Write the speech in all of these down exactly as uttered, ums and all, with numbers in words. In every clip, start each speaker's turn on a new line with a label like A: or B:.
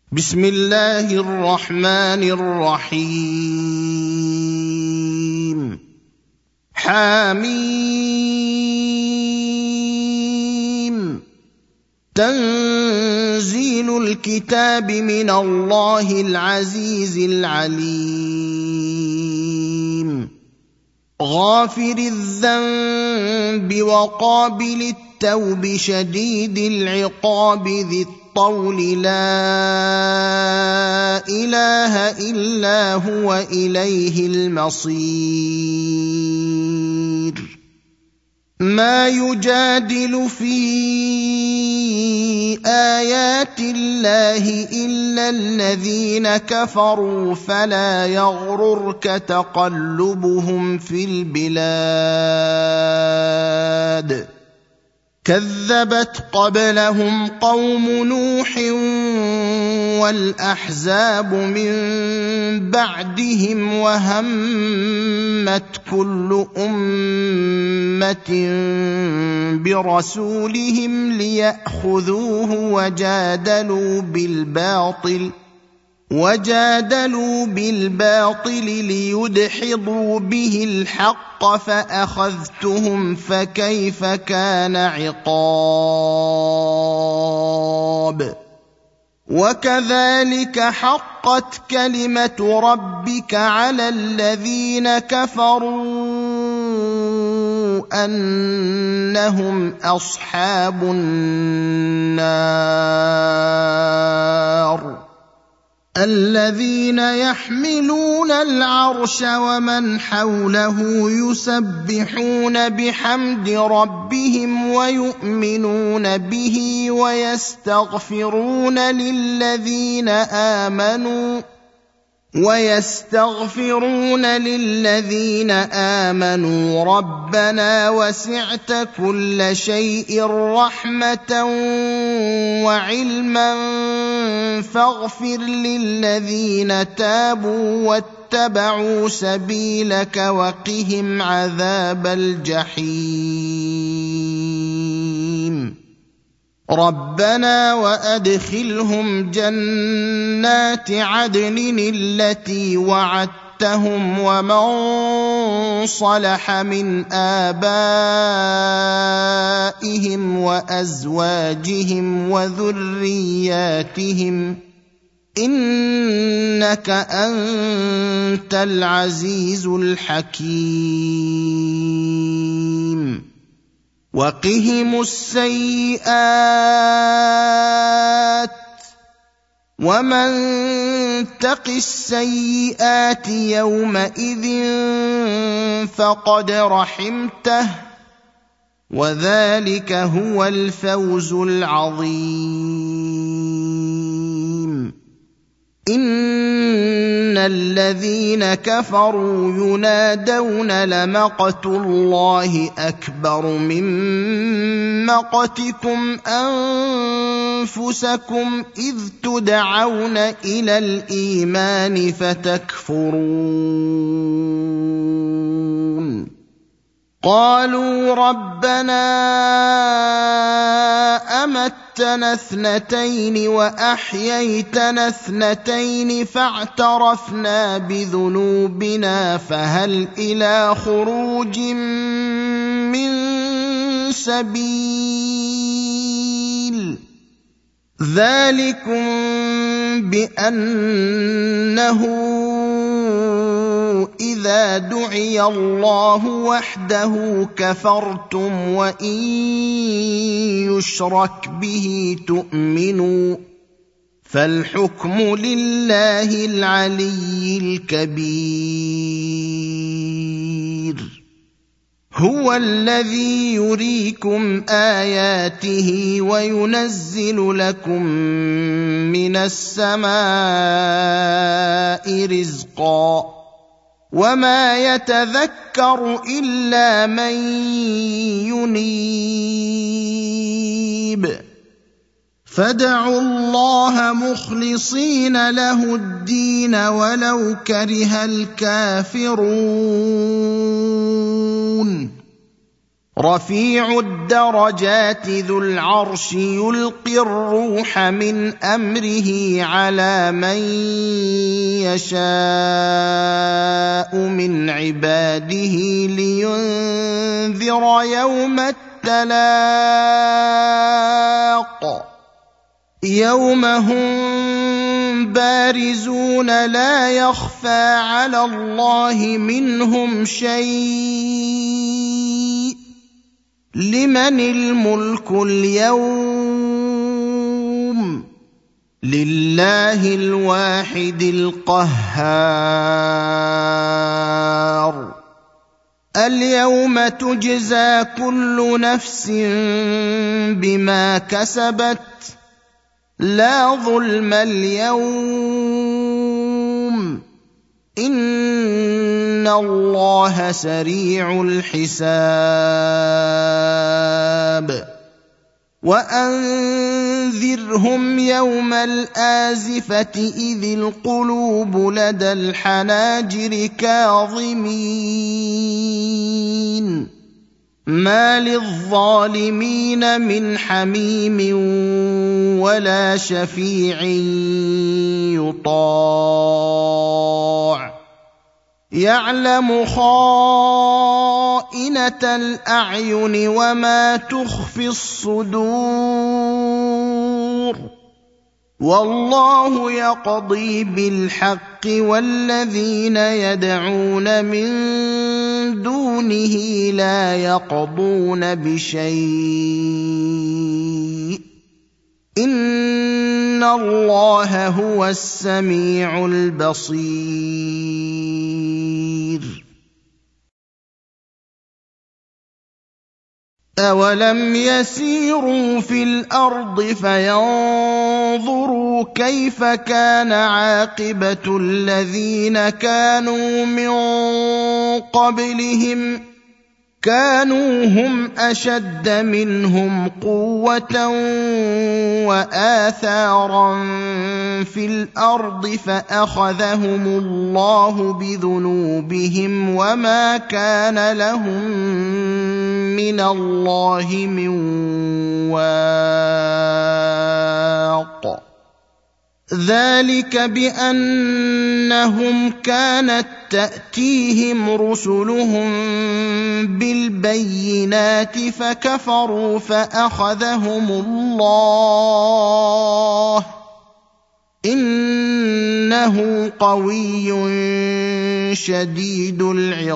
A: بسم الله الرحمن الرحيم. حميم. تنزيل الكتاب من الله العزيز العليم. غافر الذنب وقابل التوب شديد العقاب ذي الطول لا إله إلا هو إليه المصير. ما يجادل في آيات الله إلا الذين كفروا فلا يغررك تقلبهم في البلاد. كذبت قبلهم قوم نوح والأحزاب من بعدهم وهمت كل أمة برسولهم ليأخذوه وجادلوا بالباطل وجادلوا بالباطل ليدحضوا به الحق فأخذتهم فكيف كان عقاب. وكذلك حقت كلمة ربك على الذين كفروا أنهم أصحاب النار. الذين يحملون العرش ومن حوله يسبحون بحمد ربهم ويؤمنون به ويستغفرون للذين آمنوا ويستغفرون للذين آمنوا ربنا وسعت كل شيء رحمة وعلما فاغفر للذين تابوا واتبعوا سبيلك وقهم عذاب الجحيم. ربنا وأدخلهم جنات عدن التي وعدتهم ومن صلح من آبائهم وأزواجهم وذرياتهم إنك أنت العزيز الحكيم. وقهم السيئات ومن تق السيئات يومئذ فقد رحمته وذلك هو الفوز العظيم. إن الذين كفروا ينادون لمقت الله أكبر من مقتكم أنفسكم إذ تدعون إلى الإيمان فتكفرون. قالوا ربنا أمتنا اثنتين وأحييتنا اثنتين فاعترفنا بذنوبنا فهل إلى خروج من سبيل. ذلكم بأنه إذا دعي الله وحده كفرتم وإن يشرك به تؤمنوا فالحكم لله العلي الكبير. هو الذي يريكم آياته وينزل لكم من السماء رزقا وما يتذكر إلا من ينيب. فادعوا الله مخلصين له الدين ولو كره الكافرون. رفيع الدرجات ذو العرش يلقي الروح من امره على من يشاء من عباده لينذر يوم التلاق يوم هم بارزون لا يخفى على الله منهم شيء لمن الملك اليوم لله الواحد القهار اليوم تجزى كل نفس بما كسبت لا ظلم اليوم إن الله سريع الحساب وأنذرهم يوم الآزفة إذ القلوب لدى الحناجر كاظمين ما للظالمين من حميم ولا شفيع يطاع يعلم خائنة الأعين وما تخفي الصدور والله يقضي بالحق والذين يدعون من دونه لا يقضون بشيء إن الله هو السميع البصير أولم يسيروا في الأرض فينظروا كيف كان عاقبة الذين كانوا من قبلهم كانوا هم أشد منهم قوة وآثارا في الأرض فأخذهم الله بذنوبهم وما كان لهم من الله من واق ذلك بأنهم كانت تأتيهم رسلهم بالبينات فكفروا فأخذهم الله إنه قوي شديد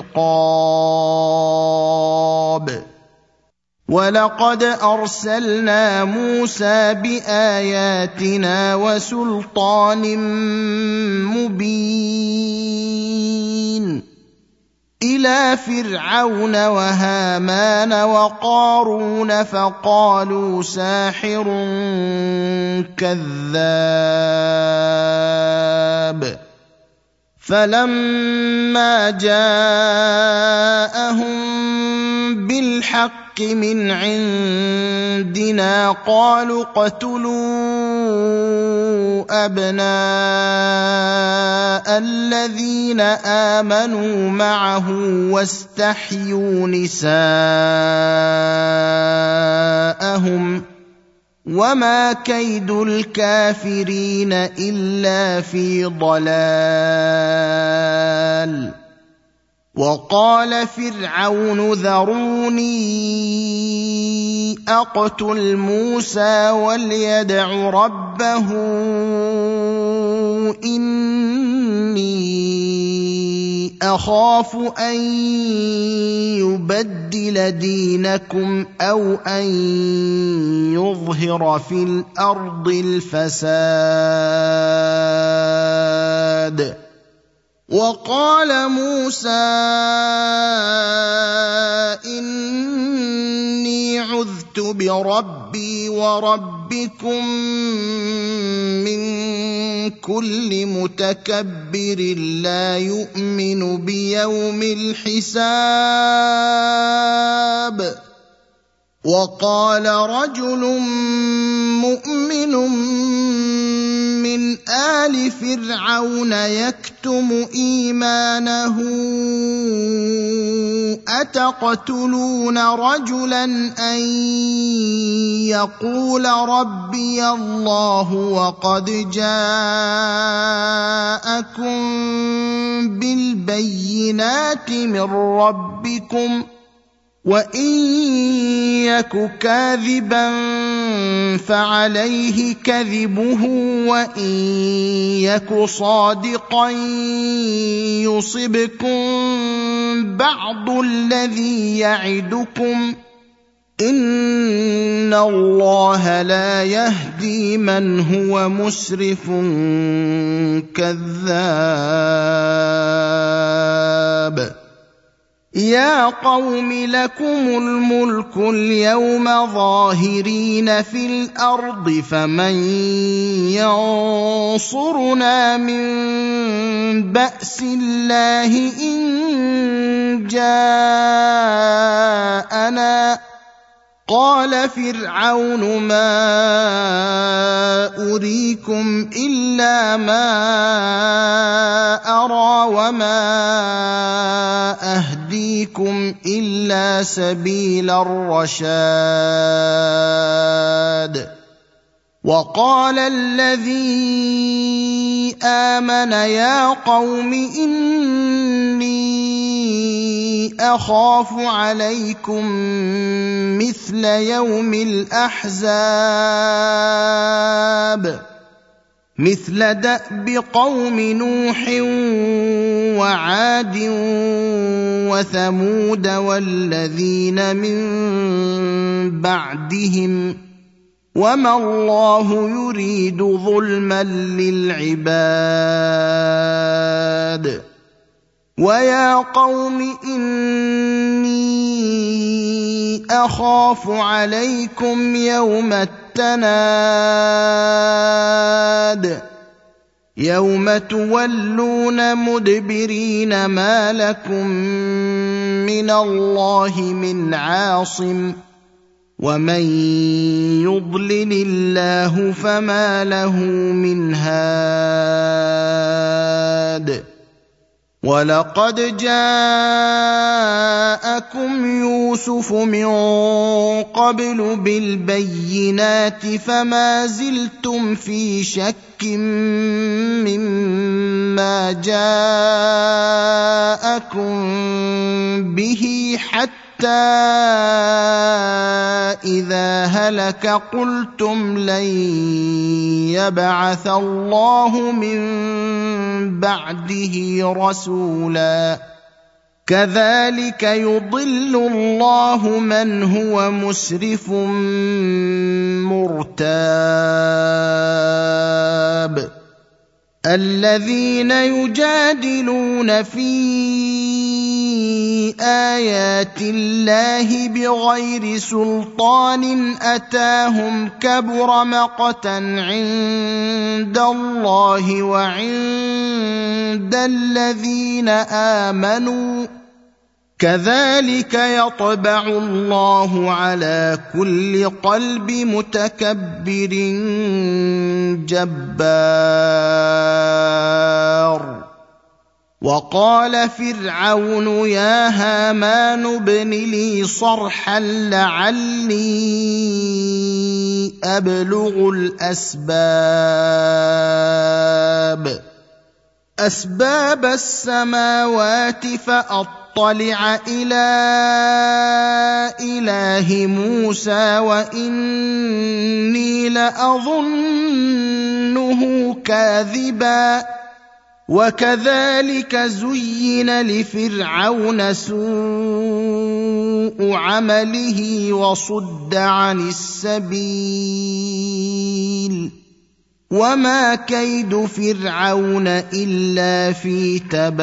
A: العقاب ولقد أرسلنا موسى بآياتنا وسلطان مبين إلى فرعون وهامان وقارون فقالوا ساحر كذاب فلما جاءهم بالحق من عندنا قالوا اقتلوا أبناء الذين آمنوا معه واستحيوا نساءهم وما كيد الكافرين إلا في ضلال وقال فرعون ذروني أقتل موسى وليدع ربه إني أخاف أن يبدل دينكم أو أن يظهر في الأرض الفساد وقال موسى إني عذت بربي وربكم من كل متكبر لا يؤمن بيوم الحساب وقال رجل مؤمن من آل لفرعون يكتم إيمانه أتقتلون رجلا أن يقول ربي الله وقد جاءكم بالبينات من ربكم وإن يك كاذبا فعليه كذبه وإن يك صادقا يصبكم بعض الذي يعدكم إن الله لا يهدي من هو مسرف كذاب يا قوم لكم الملك اليوم ظاهرين في الأرض فمن ينصرنا من بأس الله إن جاءنا قال فرعون ما أريكم إلا ما أرى وما أهديكم إلا سبيل الرشاد وقال الذي آمن يا قوم إني أخاف عليكم مثل يوم الأحزاب مثل دأب قوم نوح وعاد وثمود والذين من بعدهم وما الله يريد ظلما للعباد ويا قوم إني أخاف عليكم يوم التناد يوم تولون مدبرين ما لكم من الله من عاصم ومن يضلل الله فما له من هاد ولقد جاءكم يوسف من قبل بالبينات فما زلتم في شك مما جاءكم به حتى إذا هلك قلتم لن يبعث الله من بعده رسولا كذلك يضل الله من هو مسرف مرتاب الذين يجادلون في آيات الله بغير سلطان أتاهم كبر مقتا عند الله وعند الذين آمنوا كذلك يطبع الله على كل قلب متكبر جبار وقال فرعون يا هامان ابن لي صرحا لعلي أبلغ الأسباب أسباب السماوات فأطلع إلى إله موسى وإني لأظنه كاذبا وكذلك زين لفرعون سوء عمله وصد عن السبيل وما كيد فرعون إلا في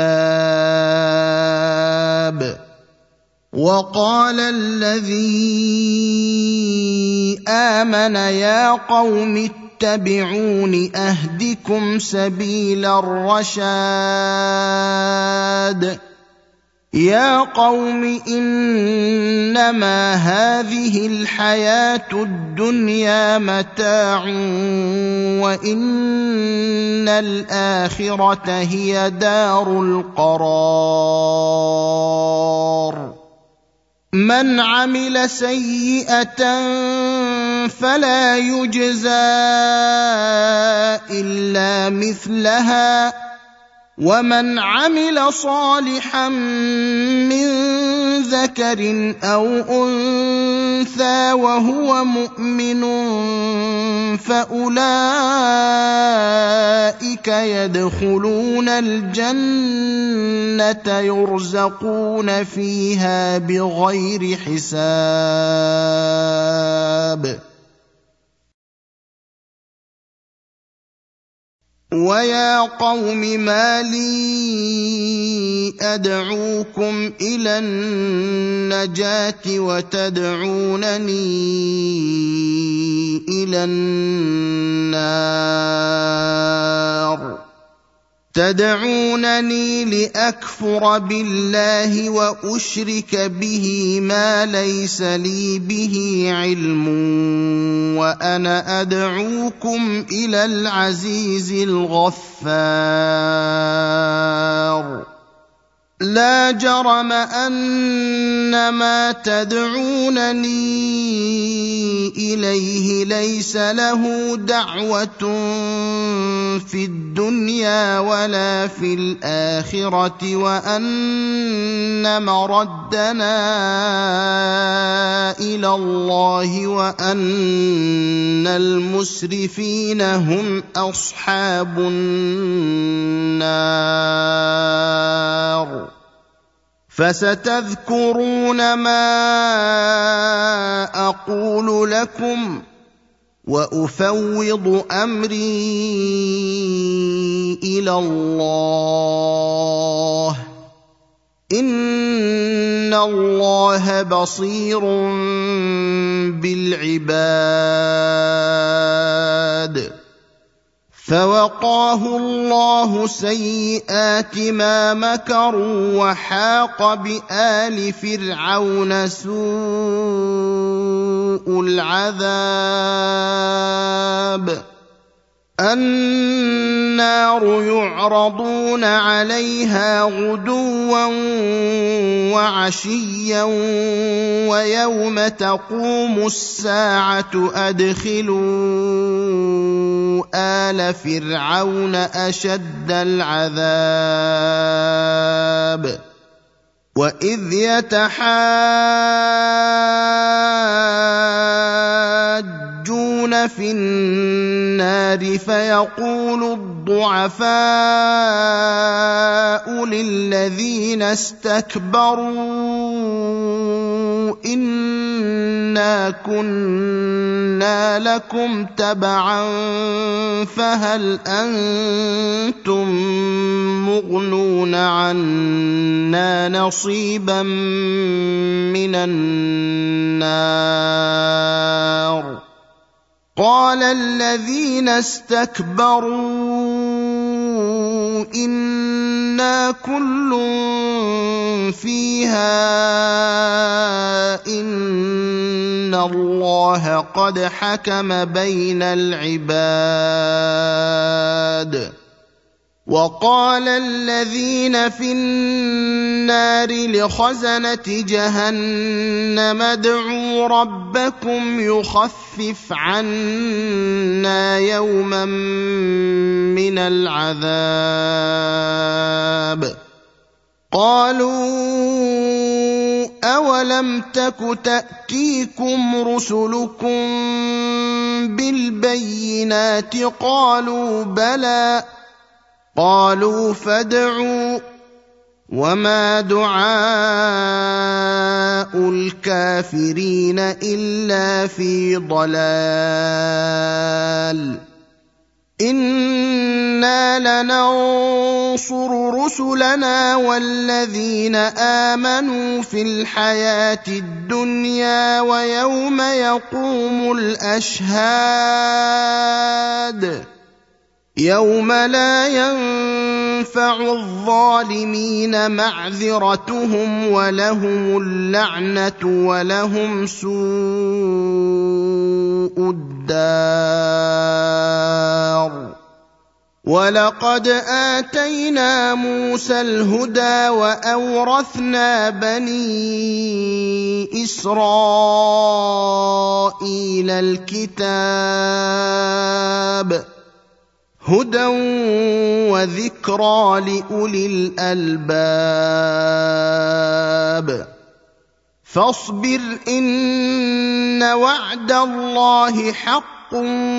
A: تباب وقال الذي آمن يا قوم اتبعون أهدكم سبيل الرشاد يا قوم إنما هذه الحياة الدنيا متاع وإن الآخرة هي دار القرار من عمل سيئة فلا يجزى إلا مثلها ومن عمل صالحا من ذكر أو أنثى وهو مؤمن فأولئك يدخلون الجنة يرزقون فيها بغير حساب ويا قوم ما لي أدعوكم إلى النجاة وتدعونني إلى النار تدعونني لأكفر بالله وأشرك به ما ليس لي به علم وأنا أدعوكم إلى العزيز الغفار لا جرم أن ما تدعونني إليه ليس له دعوة في الدنيا ولا في الآخرة وأن مردنا إلى الله وأن المسرفين هم أصحاب النار فستذكرون ما أقول لكم وأفوض أمري إلى الله إن الله بصير بالعباد فوقاه الله سيئات ما مكروا وحاق بآل فرعون سوء العذاب النار يعرضون عليها غدوا وعشيا ويوم تقوم الساعة أدخلوا آل فرعون أشد العذاب وإذ يتحاجون في النار فيقول الضعفاء للذين استكبروا إنا كنا لكم تبعا فهل أنتم مغنون عنا نصيبا من النار قال الذين استكبروا إنا كل فيها إن الله قد حكم بين العباد وقال الذين في النار لخزنة جهنم ادعوا ربكم يخفف عنا يوما من العذاب قالوا أولم تك تأتيكم رسلكم بالبينات قالوا بلى قالوا فادعوا وما دعاء الكافرين إلا في ضلال إنا لننصر رسلنا والذين آمنوا في الحياة الدنيا ويوم يقوم الأشهاد يوم لا ينفع تنفع الظالمين معذرتهم ولهم اللعنة ولهم سوء الدار. ولقد آتينا موسى الهدى وأورثنا بني إسرائيل الكتاب هدى وذكرى لأولي الألباب. فاصبر إن وعد الله حق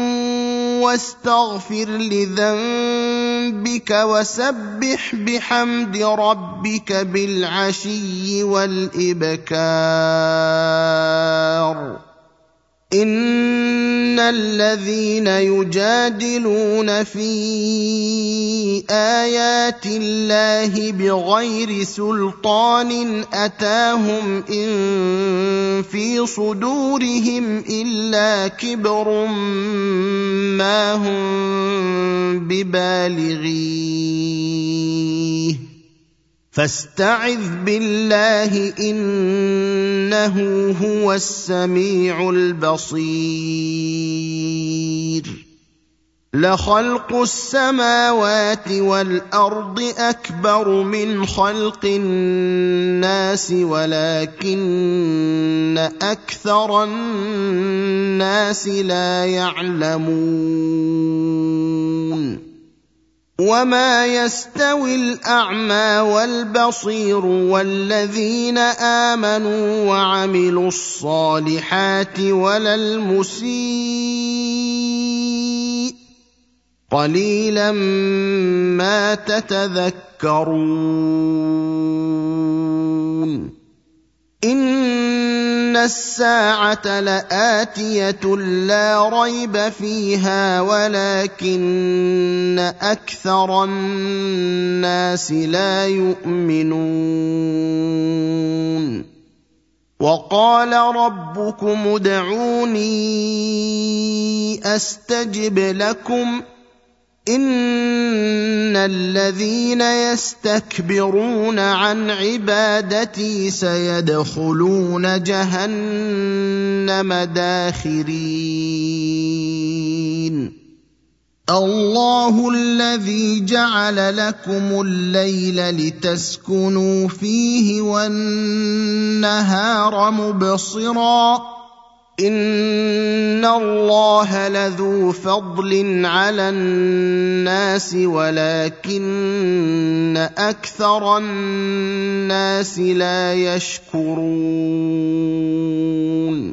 A: واستغفر لذنبك وسبح بحمد ربك بالعشي والإبكار. إن الذين يجادلون في آيات الله بغير سلطان أتاهم إن في صدورهم إلا كبر ما هم ببالغيه فاستعذ بالله إنه هو السميع البصير. لخلق السماوات والأرض أكبر من خلق الناس ولكن أكثر الناس لا يعلمون. وما يستوي الأعمى والبصير والذين آمنوا وعملوا الصالحات ولا المسيء قليلا ما تتذكرون. إن الساعة لآتية لا ريب فيها ولكن أكثر الناس لا يؤمنون. وقال ربكم ادعوني أستجب لكم إن الذين يستكبرون عن عبادتي سيدخلون جهنم داخرين. الله الذي جعل لكم الليل لتسكنوا فيه والنهار مبصرا إن الله لذو فضل على الناس ولكن أكثر الناس لا يشكرون.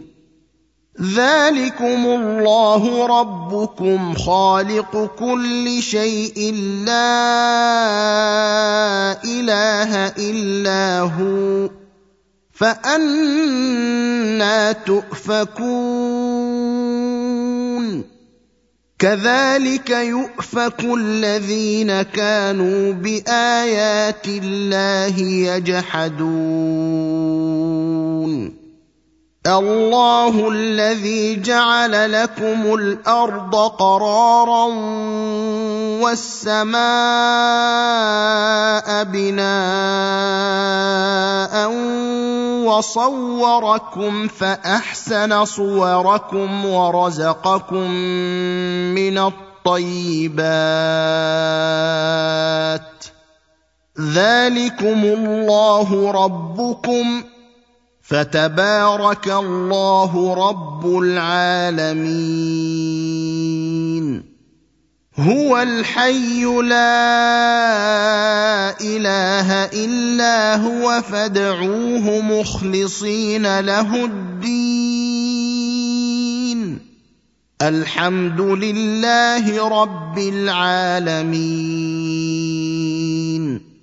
A: ذلكم الله ربكم خالق كل شيء لا إله إلا هو فأنى تؤفكون. كذلك يؤفك الذين كانوا بآيات الله يجحدون. الله الذي جعل لكم الأرض قرارا والسماء بناء وصوركم فأحسن صوركم ورزقكم من الطيبات. ذلكم الله ربكم فتبارك الله رب العالمين. هو الحي لا إله إلا هو فادعوه مخلصين له الدين الحمد لله رب العالمين.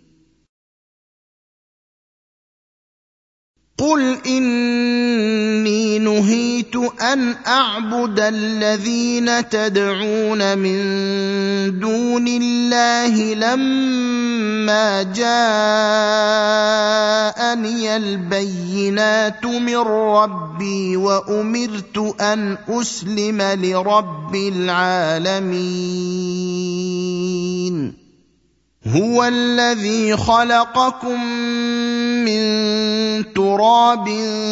A: قل إني نهيت أن أعبد الذين تدعون من دون الله لما جاءني البينات من ربي وأمرت أن أسلم لرب العالمين. هو الذي خلقكم من تراب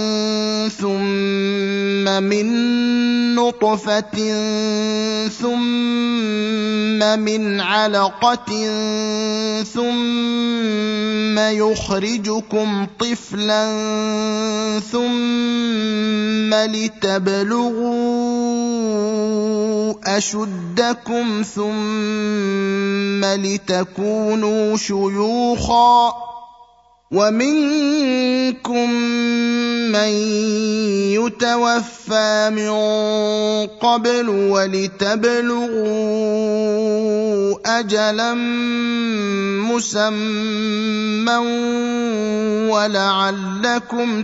A: ثم من نطفة ثم من علقة ثم يخرجكم طفلا ثم لتبلغوا أشدكم ثم لتكونوا شيوخا ومنكم من يتوفى من قبل ولتبلغوا أجلا مسمى ولعلكم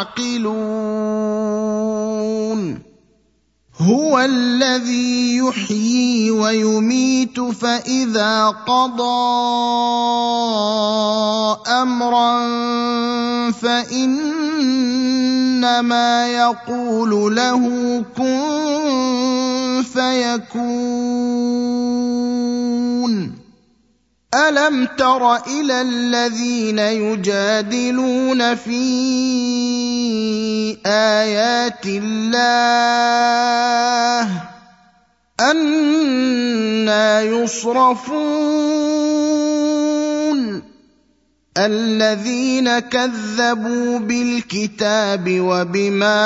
A: تعقلون هو الذي يحيي ويميت فإذا قضى أمرا فإنما يقول له كن فيكون ألم تر إلى الذين يجادلون في آيات الله أنى يصرفون الذين كذبوا بالكتاب وبما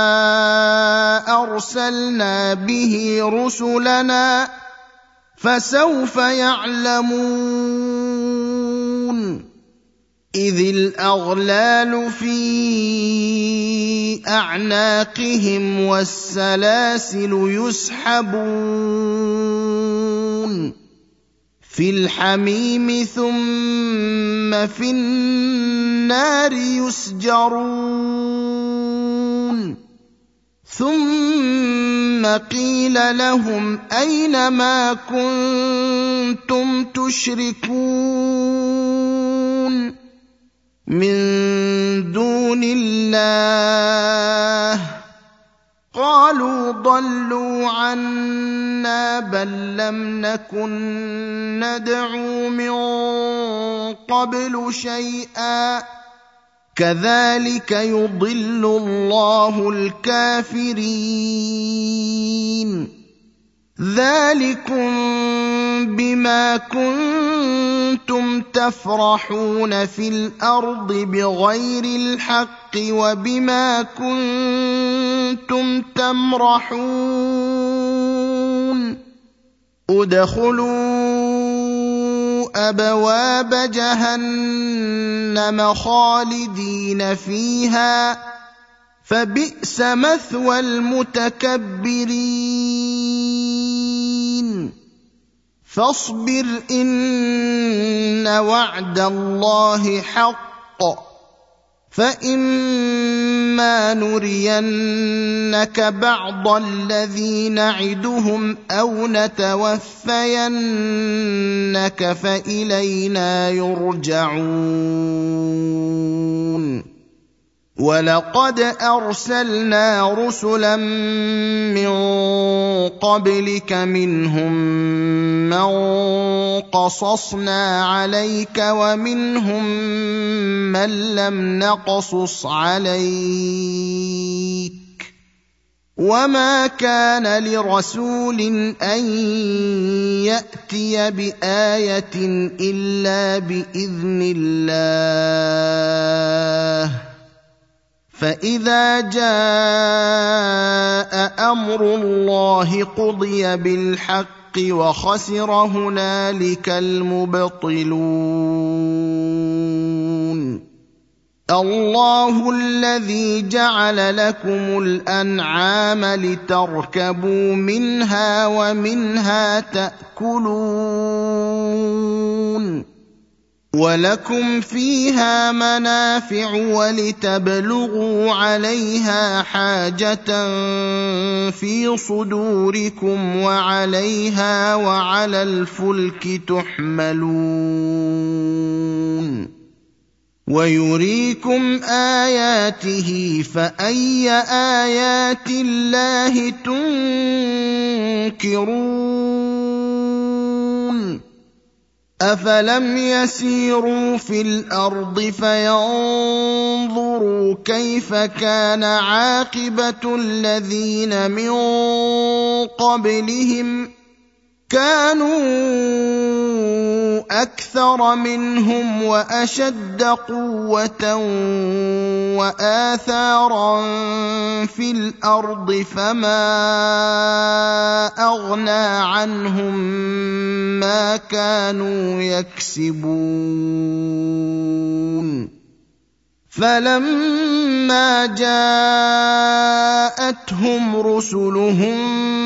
A: أرسلنا به رسلنا فسوف يعلمون إذ الأغلال في أعناقهم والسلاسل يسحبون في الحميم ثم في النار يسجرون ثم قيل لهم أين ما كنتم تشركون من دون الله قالوا ضلوا عنا بل لم نكن ندعو من قبل شيئا كذلك يضل الله الكافرين ذلكم بما كنتم تفرحون في الأرض بغير الحق وبما كنتم تمرحون ادخلوا أبواب جهنم خالدين فيها فبئس مثوى المتكبرين فاصبر إن وعد الله حق فإما نرينك بعض الذي نعدهم أو نتوفينك فإلينا يرجعون ولقد أرسلنا رسلا من قبلك منهم من قصصنا عليك ومنهم من لم نقصص عليك وما كان لرسول أن يأتي بآية إلا بإذن الله فإذا جاء أمر الله قضي بالحق وخسر هنالك المبطلون الله الذي جعل لكم الأنعام لتركبوا منها ومنها تأكلون ولكم فيها منافع ولتبلغوا عليها حاجة في صدوركم وعليها وعلى الفلك تحملون ويريكم آياته فأي آيات الله تنكرون أفلم يسيروا في الأرض فينظروا كيف كان عاقبة الذين من قبلهم كانوا أكثر منهم وأشد قوة وآثارا في الأرض فما أغنى عنهم ما كانوا يكسبون فلما جاءتهم رسلهم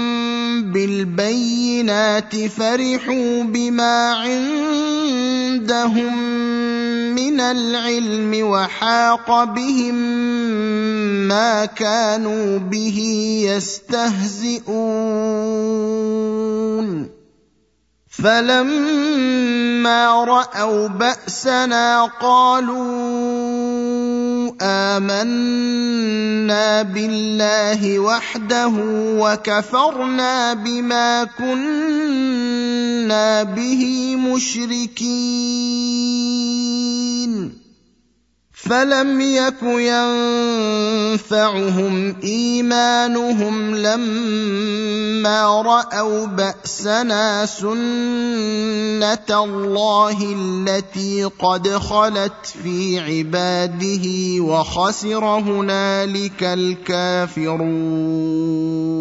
A: بالبينات فرحوا بما عندهم من العلم وحاق بهم ما كانوا به يستهزئون فلما رأوا بأسنا قالوا آمنا بالله وحده وكفرنا بما كنا به مشركين فلم يك ينفعهم إيمانهم لما رأوا بأسنا سنة الله التي قد خلت في عباده وخسر هنالك الكافرون